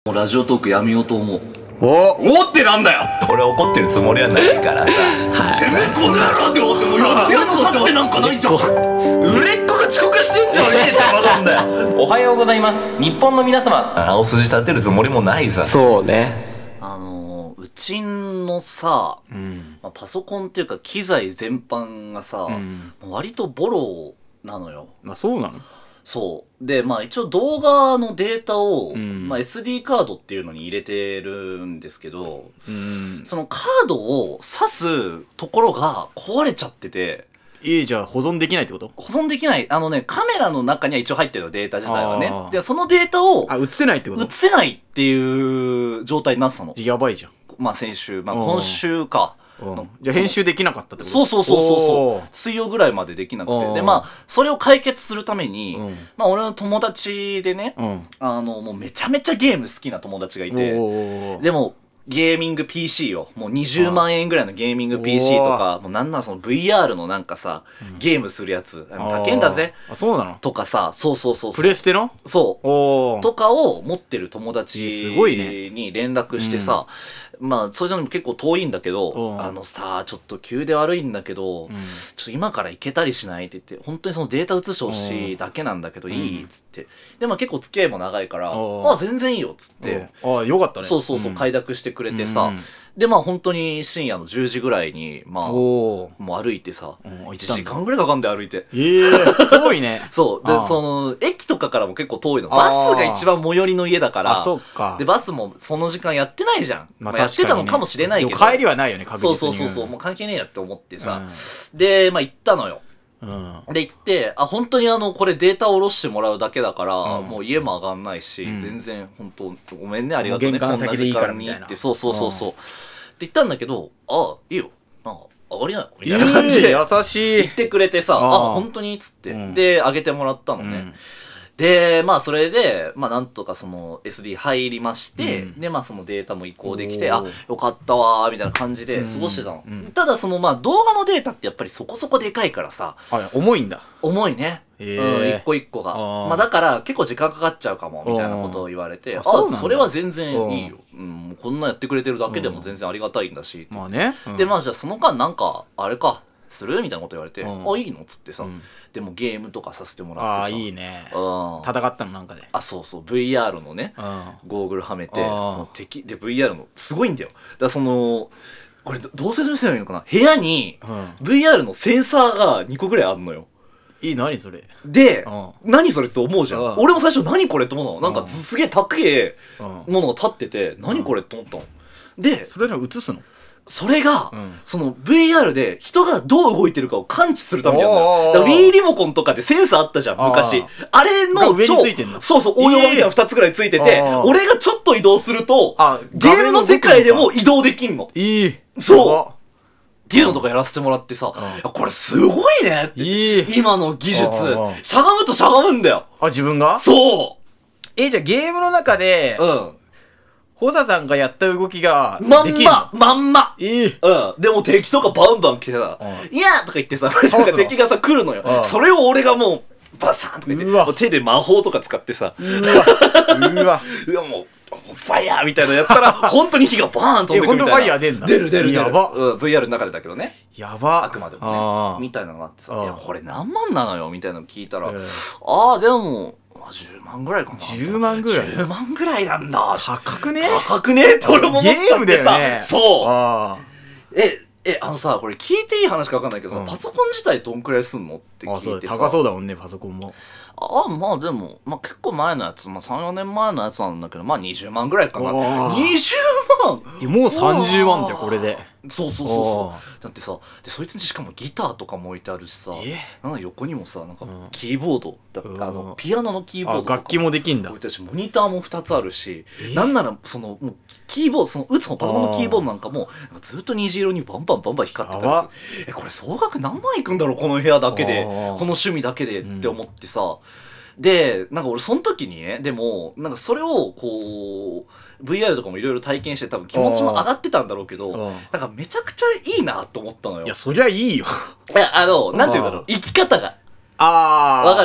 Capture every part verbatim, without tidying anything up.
もうラジオトークやめようと思う。 おおってなんだよ。 俺怒ってるつもりはないからさ。 てめえこの野郎って思ってもやってやるの立ってなんかないじゃん。売れっ子が遅刻してんじゃねえって話なんだよ。 おはようございます。日本の皆様。 青筋立てるつもりもないさ。 そうね。 あのー、うちのさ、 うんまあ、パソコンっていうか機材全般がさ、 うん割とボロなのよ。 あそうなの。 そうで、まあ一応動画のデータを、 うんまあ、エスディー カードっていうのに入れてるんですけど、 うんそのカードを挿すところが壊れちゃってて、 えー、じゃあ保存できないってこと？ 保存できない。あのね、カメラの中には一応入ってるの、データ自体はあね。 ーで、そのデータをあ映せないってこと？ 映せないっていう状態になってたの。 やばいじゃん。 まあ先週、まあうん今週か。 うんじゃあ編集できなかったってこと？ そうそうそうそうおーそう。水曜ぐらいまでできなくて。 おーで、まあ、それを解決するために、 うんまあ俺の友達でね、 うんあの、もうめちゃめちゃゲーム好きな友達がいて、 おーでも、ゲーミング ピーシー を、もうにじゅうまんえんぐらいのゲーミング ピーシー とか、もうなんならその ブイアール のなんかさ、ゲームするやつ、あの高えんだぜ、 あそうなの？ とかさ、そうそうそうそう。 プレステの？ そう。 おーとかを持ってる友達すごいねに連絡してさ、まあそれじゃ結構遠いんだけど、 うんあのさちょっと急で悪いんだけど、 うんちょっと今から行けたりしないって言って、本当にそのデータ移してほしいだけなんだけど、 うんいいっつってでまあ結構付き合いも長いから、 うんあ全然いいよっつって、 あよかったね。 そうそうそう、 ん快諾してくれてさ、 うんでまあ本当に深夜のじゅうじぐらいにまあおーもう歩いてさ、 うんいちじかんぐらいかかんで歩いて。 ええー、遠いね。 そうでああその駅とかからも結構遠いの。 ああバスが一番最寄りの家だから。 あそっか。 でバスもその時間やってないじゃん、 まあまあやってたのかもしれないけど、 でも帰りはないよね確実に。 そうそうそうそうもう関係ねえやって思ってさ、 うでまあ行ったのよ。 んうんで行ってあ本当にあのこれデータを下ろしてもらうだけだから、 うんもう家も上がんないし、 うん全然本当ごめんねありがとうね玄関先でいいからこんな時間にみたいなってそうそうそうそうって言ったんだけど、あいいよなんか上がりなよみたいな感じでえー優しい言ってくれてさ、 あああ本当にっつって、 うんで上げてもらったのね、 うんでまあそれでまあなんとかその エスディー 入りまして、 うんでまあそのデータも移行できて、 おーあよかったわーみたいな感じで過ごしてたの、 うんうんただそのまあ動画のデータってやっぱりそこそこでかいからさあ重いんだ。 重いね、 へーうん、一個一個があーまあだから結構時間かかっちゃうかもみたいなことを言われて、ああそうなんだそれは全然いいよ、うん、もうこんなやってくれてるだけでも全然ありがたいんだし、 まあね。 でまあじゃあその間なんかあれかするみたいなこと言われて、 うんあいいのっつってさ、 うんでもゲームとかさせてもらああってさいいね。 うん戦ったのなんかで。 あそうそう ブイアール のねうんゴーグルはめてあーもう敵で ブイアール のすごいんだよ。だからそのこれどどう説明すればいいのかな、部屋にうんブイアール のセンサーがにこぐらいあるのよ。 いい何それ。 で、 うん何それって思うじゃん、 うん俺も最初何これって思ったの。なんうんかすげえ高えうんものが立ってて、何これって思ったの。でそれら映すの？ それが、 うんその ブイアール で人がどう動いてるかを感知するためにあるんだよ。 おーだから Wii リモコンとかでセンサーあったじゃん昔。 ああれのが上に超ついてんのそうそう応用みたいなふたつぐらいついてて、 あー俺がちょっと移動するとあゲームの世界でも移動できんのっいい。 そうていうのとかやらせてもらってさ、 うんいやこれすごいねっていい。 今の技術あーしゃがむとしゃがむんだよ。 あ自分が？ そえじゃあゲームの中でううんホサさんがやった動きがまんできるままんまいい。 うん。でも敵とかバンバン来てさ、 ういやーとか言ってさ、 すのなんか敵がさ来るのよう。んそれを俺がもう、バサーンとか言って、 うわもう手で魔法とか使ってさ、 うわうわ。 うわもう、ファイヤーみたいなのやったら、本当に火がバーン飛んでくるみたいな。 え本当ファイヤー出んだ出る出る出る。 やばうん、ブイアール の中でだけどね。 やば。 あくまでもあね。みたいなのがあってさ、 あーいや、これ何万なのよみたいなの聞いたら、 うんああ、でも、まあじゅうまんぐらいかな。 じゅうまんぐらいじゅうまんぐらいなんだ。 高くね？ 高くねって俺も思っちゃってさ。 ゲームだよね。 そう。 あえ、え、あのさ、これ聞いていい話かわかんないけどさ、 うんパソコン自体どんくらいすんのってああそう聞いてさ。 高そうだもんねパソコンも。 あ、まあでも、まあ結構前のやつ、まあさん、よねんまえのやつなんだけど、まあにじゅうまんぐらいかな。 おーにじゅうまんえもうさんじゅうまんだよこれで。 そうそうそうおーそう。だってさ、でそいつにしかもギターとかも置いてあるしさ、 えなんか横にもさ、なんかうんキーボード、だうんあの、ピアノのキーボーあドとか楽器もできんだ置い。てあるし、モニターもふたつあるし、 えなんなら、その、もう、キーボード、その、打つのパソコンのキーボードなんかも、なんかずっと虹色にバンバンバンバン光ってたりやばする。え、これ総額何万いくんだろうこの部屋だけで、 あーこの趣味だけでって思ってさ、で、なんか俺その時にね、でも、なんかそれを、こう、ブイアール とかもいろいろ体験して多分気持ちも上がってたんだろうけど、 うんなんかめちゃくちゃいいなと思ったのよ。 いやそりゃいいよ。 いや、あの、なんていうんだろう、生き方が。 ああわかる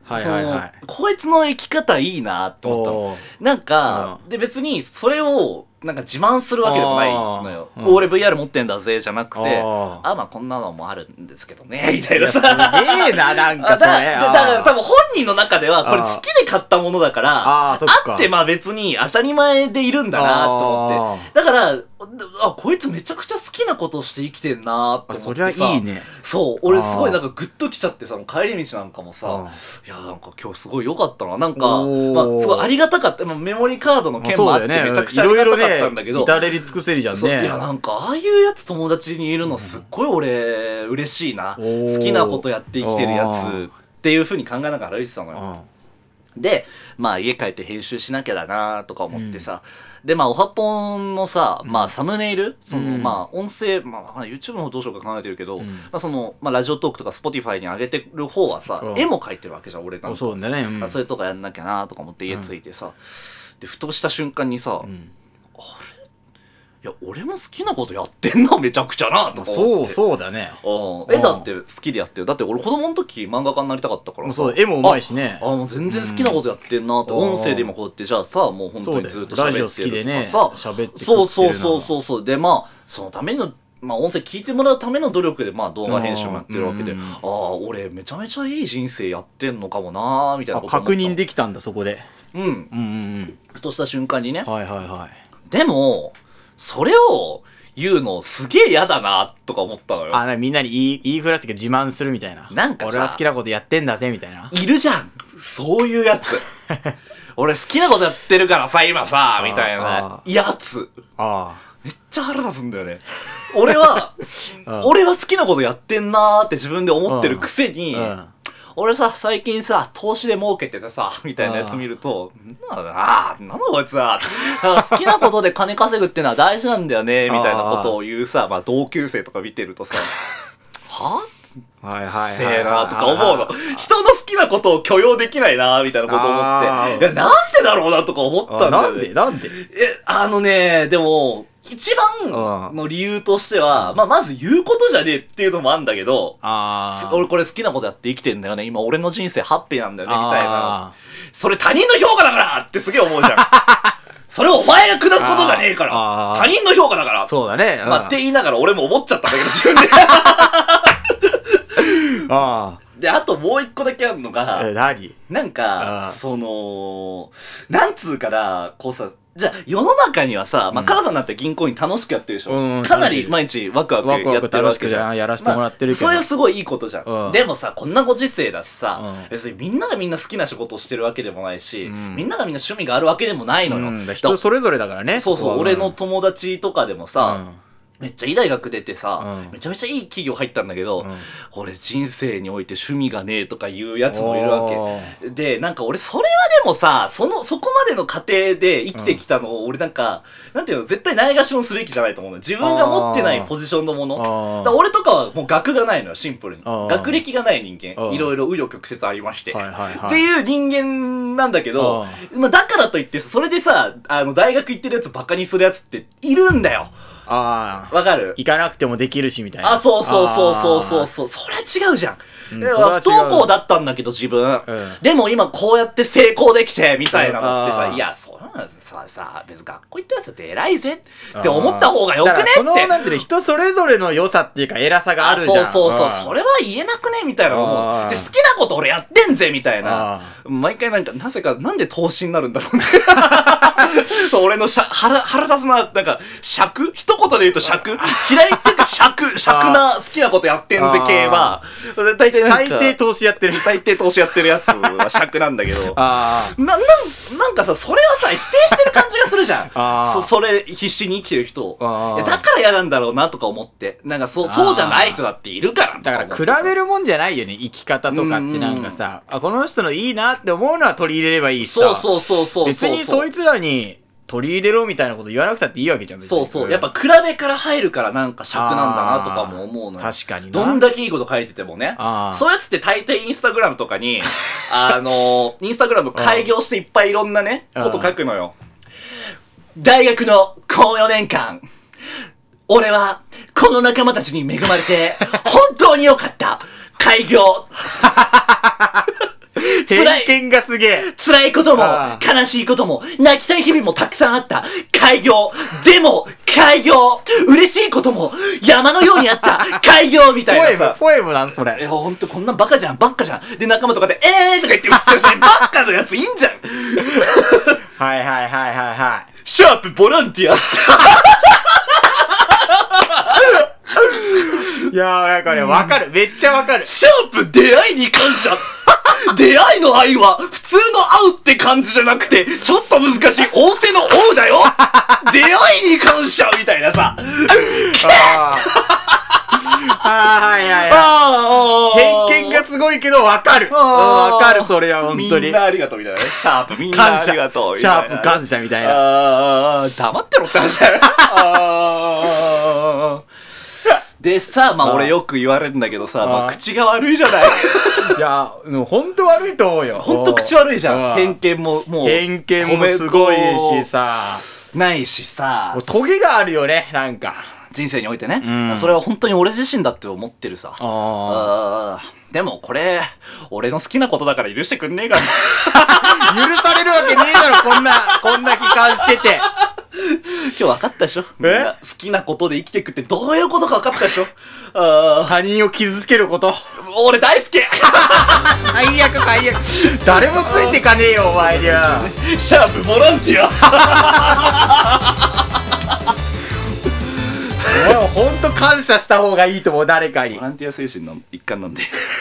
はいはいはい。 そのこいつの生き方いいなと思ったの。なんか、で別にそれをなんか自慢するわけでもないのよ。うん、俺 ブイアール 持ってんだぜじゃなくて、ああまあこんなのもあるんですけどねみたいなさ。 すげえななんかそれ。 だ, だから多分本人の中ではこれ好きで買ったものだから、あ, あってまあ別に当たり前でいるんだなと思って。だからあこいつめちゃくちゃ好きなことをして生きてんなって思ってさ。 そりゃいいね。 そう俺すごいなんかグッときちゃってさ、帰り道なんかもさ、いやなんか今日すごい良かったな、なんかまあすごいありがたかった、まあ、メモリーカードの件もあってめちゃくちゃありがたかったんだけど、 至れり尽くせりじゃんね。 いやなんかああいうやつ友達にいるのすっごい俺嬉しいな、好きなことやって生きてるやつっていう風に考えながら歩いてたのよ。でまあ家帰って編集しなきゃだなとか思ってさ、うん、でまあおはぽんのさ、まあサムネイルその、うん、まあ音声まあわかんない YouTube の方どうしようか考えてるけど、うん、まあそのまあラジオトークとか Spotify に上げてる方はさ、うん、絵も描いてるわけじゃん俺なんか。 そうだね、うん、 それとかやんなきゃなとか思って家着いてさ、うん、でふとした瞬間にさ、うん、あれいや俺も好きなことやってんなめちゃくちゃなとか思って。 そうそうだね。 うん、絵だって好きでやってる。だって俺子供の時漫画家になりたかったからさ。 そう絵もうまいしね。 ああもう全然好きなことやってんなって、音声で今こうやってじゃあさもう本当にずっと喋ってるとかさ、 ラジオ好きでね喋ってそうそうそうそうそうでまあそのためのまあ音声聞いてもらうための努力でまあ動画編集もやってるわけで、ああ俺めちゃめちゃいい人生やってんのかもなーみたいなこと思った。 確認できたんだそこで。 うんうんうんうんふとした瞬間にね。 はいはいはい。 でもそれを言うのすげえ嫌だなとか思ったのよ。 あ、みんなに言い、言いふらすけど自慢するみたいな。 なんかさ俺は好きなことやってんだぜみたいな。 いるじゃんそういうやつ俺好きなことやってるからさ今さみたいなやつ。あめっちゃ腹立つんだよね俺は俺は好きなことやってんなーって自分で思ってるくせに、うんうん俺さ最近さ投資で儲けててさみたいなやつ見るとなんだあなんだこいつは好きなことで金稼ぐってのは大事なんだよねみたいなことを言うさ、まあ、同級生とか見てるとさははいはいせえなとか思うの。人の好きなことを許容できないなみたいなこと思っていやなんでだろうなとか思ったんだよね。 なんでなんでえあのねでも一番の理由としては、まあ、まず言うことじゃねえっていうのもあるんだけど、あ俺これ好きなことやって生きてんだよね今俺の人生ハッピーなんだよねみたいな。それ他人の評価だからってすげえ思うじゃんそれをお前が下すことじゃねえから他人の評価だからそうだね、 まあ、って言いながら俺も思っちゃったんだけど自分であであともう一個だけあるのがえ何なんかそのなんつうかなこうさじゃあ世の中にはさ、まあ、カラさんだったら銀行員楽しくやってるでしょ、うん、かなり毎日ワクワクやってるわけじゃん。 やらせてもらってるけど、 まあ、それはすごいいいことじゃん、うん、でもさこんなご時世だしさ、うん、別にみんながみんな好きな仕事をしてるわけでもないし、うん、みんながみんな趣味があるわけでもないのよ、うん、 人それぞれだからね。 そうそう、俺の友達とかでもさ、うんめっちゃいい大学出てさ、うん、めちゃめちゃいい企業入ったんだけど、うん、俺人生において趣味がねえとか言うやつもいるわけで、なんか俺それはでもさそのそこまでの過程で生きてきたのを、うん、俺なんかなんていうの絶対ないがしろにすべきじゃないと思うの。自分が持ってないポジションのものだから俺とかはもう学がないのよシンプルに。学歴がない人間いろいろ紆余曲折ありまして、はいはいはい、っていう人間なんだけど、まあ、だからといってそれでさあの大学行ってるやつバカにするやつっているんだよ。 ああ。 わかる？ 行かなくてもできるしみたいな。 あ、そうそうそうそうそうそう。それは違うじゃん。うん、不登校だったんだけど自分、うん、でも今こうやって成功できてみたいなのってさ、いやそうなんささ別に学校行ってるやつって偉いぜって思った方がよくねって。 そのなんてね人それぞれの良さっていうか偉さがあるじゃん。 そうそうそう、うん、それは言えなくねみたいなので好きなこと俺やってんぜみたいな。毎回なんかなぜかなんで投資になるんだろうね俺のしゃ腹腹立つななんか尺一言で言うと尺嫌いっていうか尺尺な好きなことやってんぜ系は大体なんか大抵投資やってる大抵投資やってるやつは尺なんだけどあなななんかさそれはさ否定してる感じがするじゃんあ そ, それ必死に生きてる人いやだから嫌なんだろうなとか思ってなんか そ, そうじゃない人だっているからだから比べるもんじゃないよね生き方とかってなんかさあこの人のいいなって思うのは取り入れればいいしさそうそうそうそう別にそいつらに取り入れろみたいなこと言わなくたっていいわけじゃん。 そうそうやっぱ比べから入るからなんか尺なんだなとかも思うのよ。 確かにどんだけいいこと書いててもねそういうやつって大抵インスタグラムとかにあのインスタグラム開業していっぱいいろんなねこと書くのよ。大学のこのよねんかん俺はこの仲間たちに恵まれて本当に良かった開業辛い偏見がすげえ。 辛いこともあ悲しいことも泣きたい日々もたくさんあった開業。でも開業。嬉しいことも山のようにあった開業みたいポエムなさ。 ポエムなんそれ。 え、ほんとこんなんバカじゃんばっかじゃん。で仲間とかでえーとか言って映ってるしバッカのやついいんじゃん。 はいはいはいはいはい。 シャープボランティア。 いやーなんかね、わかる。めっちゃわかる。 シャープ出会いに感謝。出会いの愛は普通の会うって感じじゃなくてちょっと難しい仰せの王だよ。出会いに感謝みたいなさ。 あーあーはいはいはい。 あ偏見がすごいけどわかる。うんわかる、それは本当に。 みんなありがとうみたいなね。シャープみんなありがとうみシたいな。 ャープ感謝みたいな。 あー黙ってろって話だよ。あーでさ、まあ俺よく言われるんだけどさ、まあ口が悪いじゃない。 いや、ほんと悪いと思うよ。 ほんと口悪いじゃん。 うん偏見ももう。 偏見もすごいしさ。 ないしさもう。トゲがあるよね、なんか。 人生においてね。 うんそれは本当に俺自身だって思ってるさ。 ああーでもこれ、俺の好きなことだから許してくんねえかな。 許されるわけねえだろ、こんな、こんな悲観してて。 今日分かったでしょ。みんな好きなことで生きていくってどういうことか分かったでしょ。あ他人を傷つけること。 ー俺大好き。 最悪最悪。誰もついてかねえよ、お前には。 シャープボランティア。 お前はほんと感謝した方がいいと思う、誰かにボ。ランティア精神の一環なんで。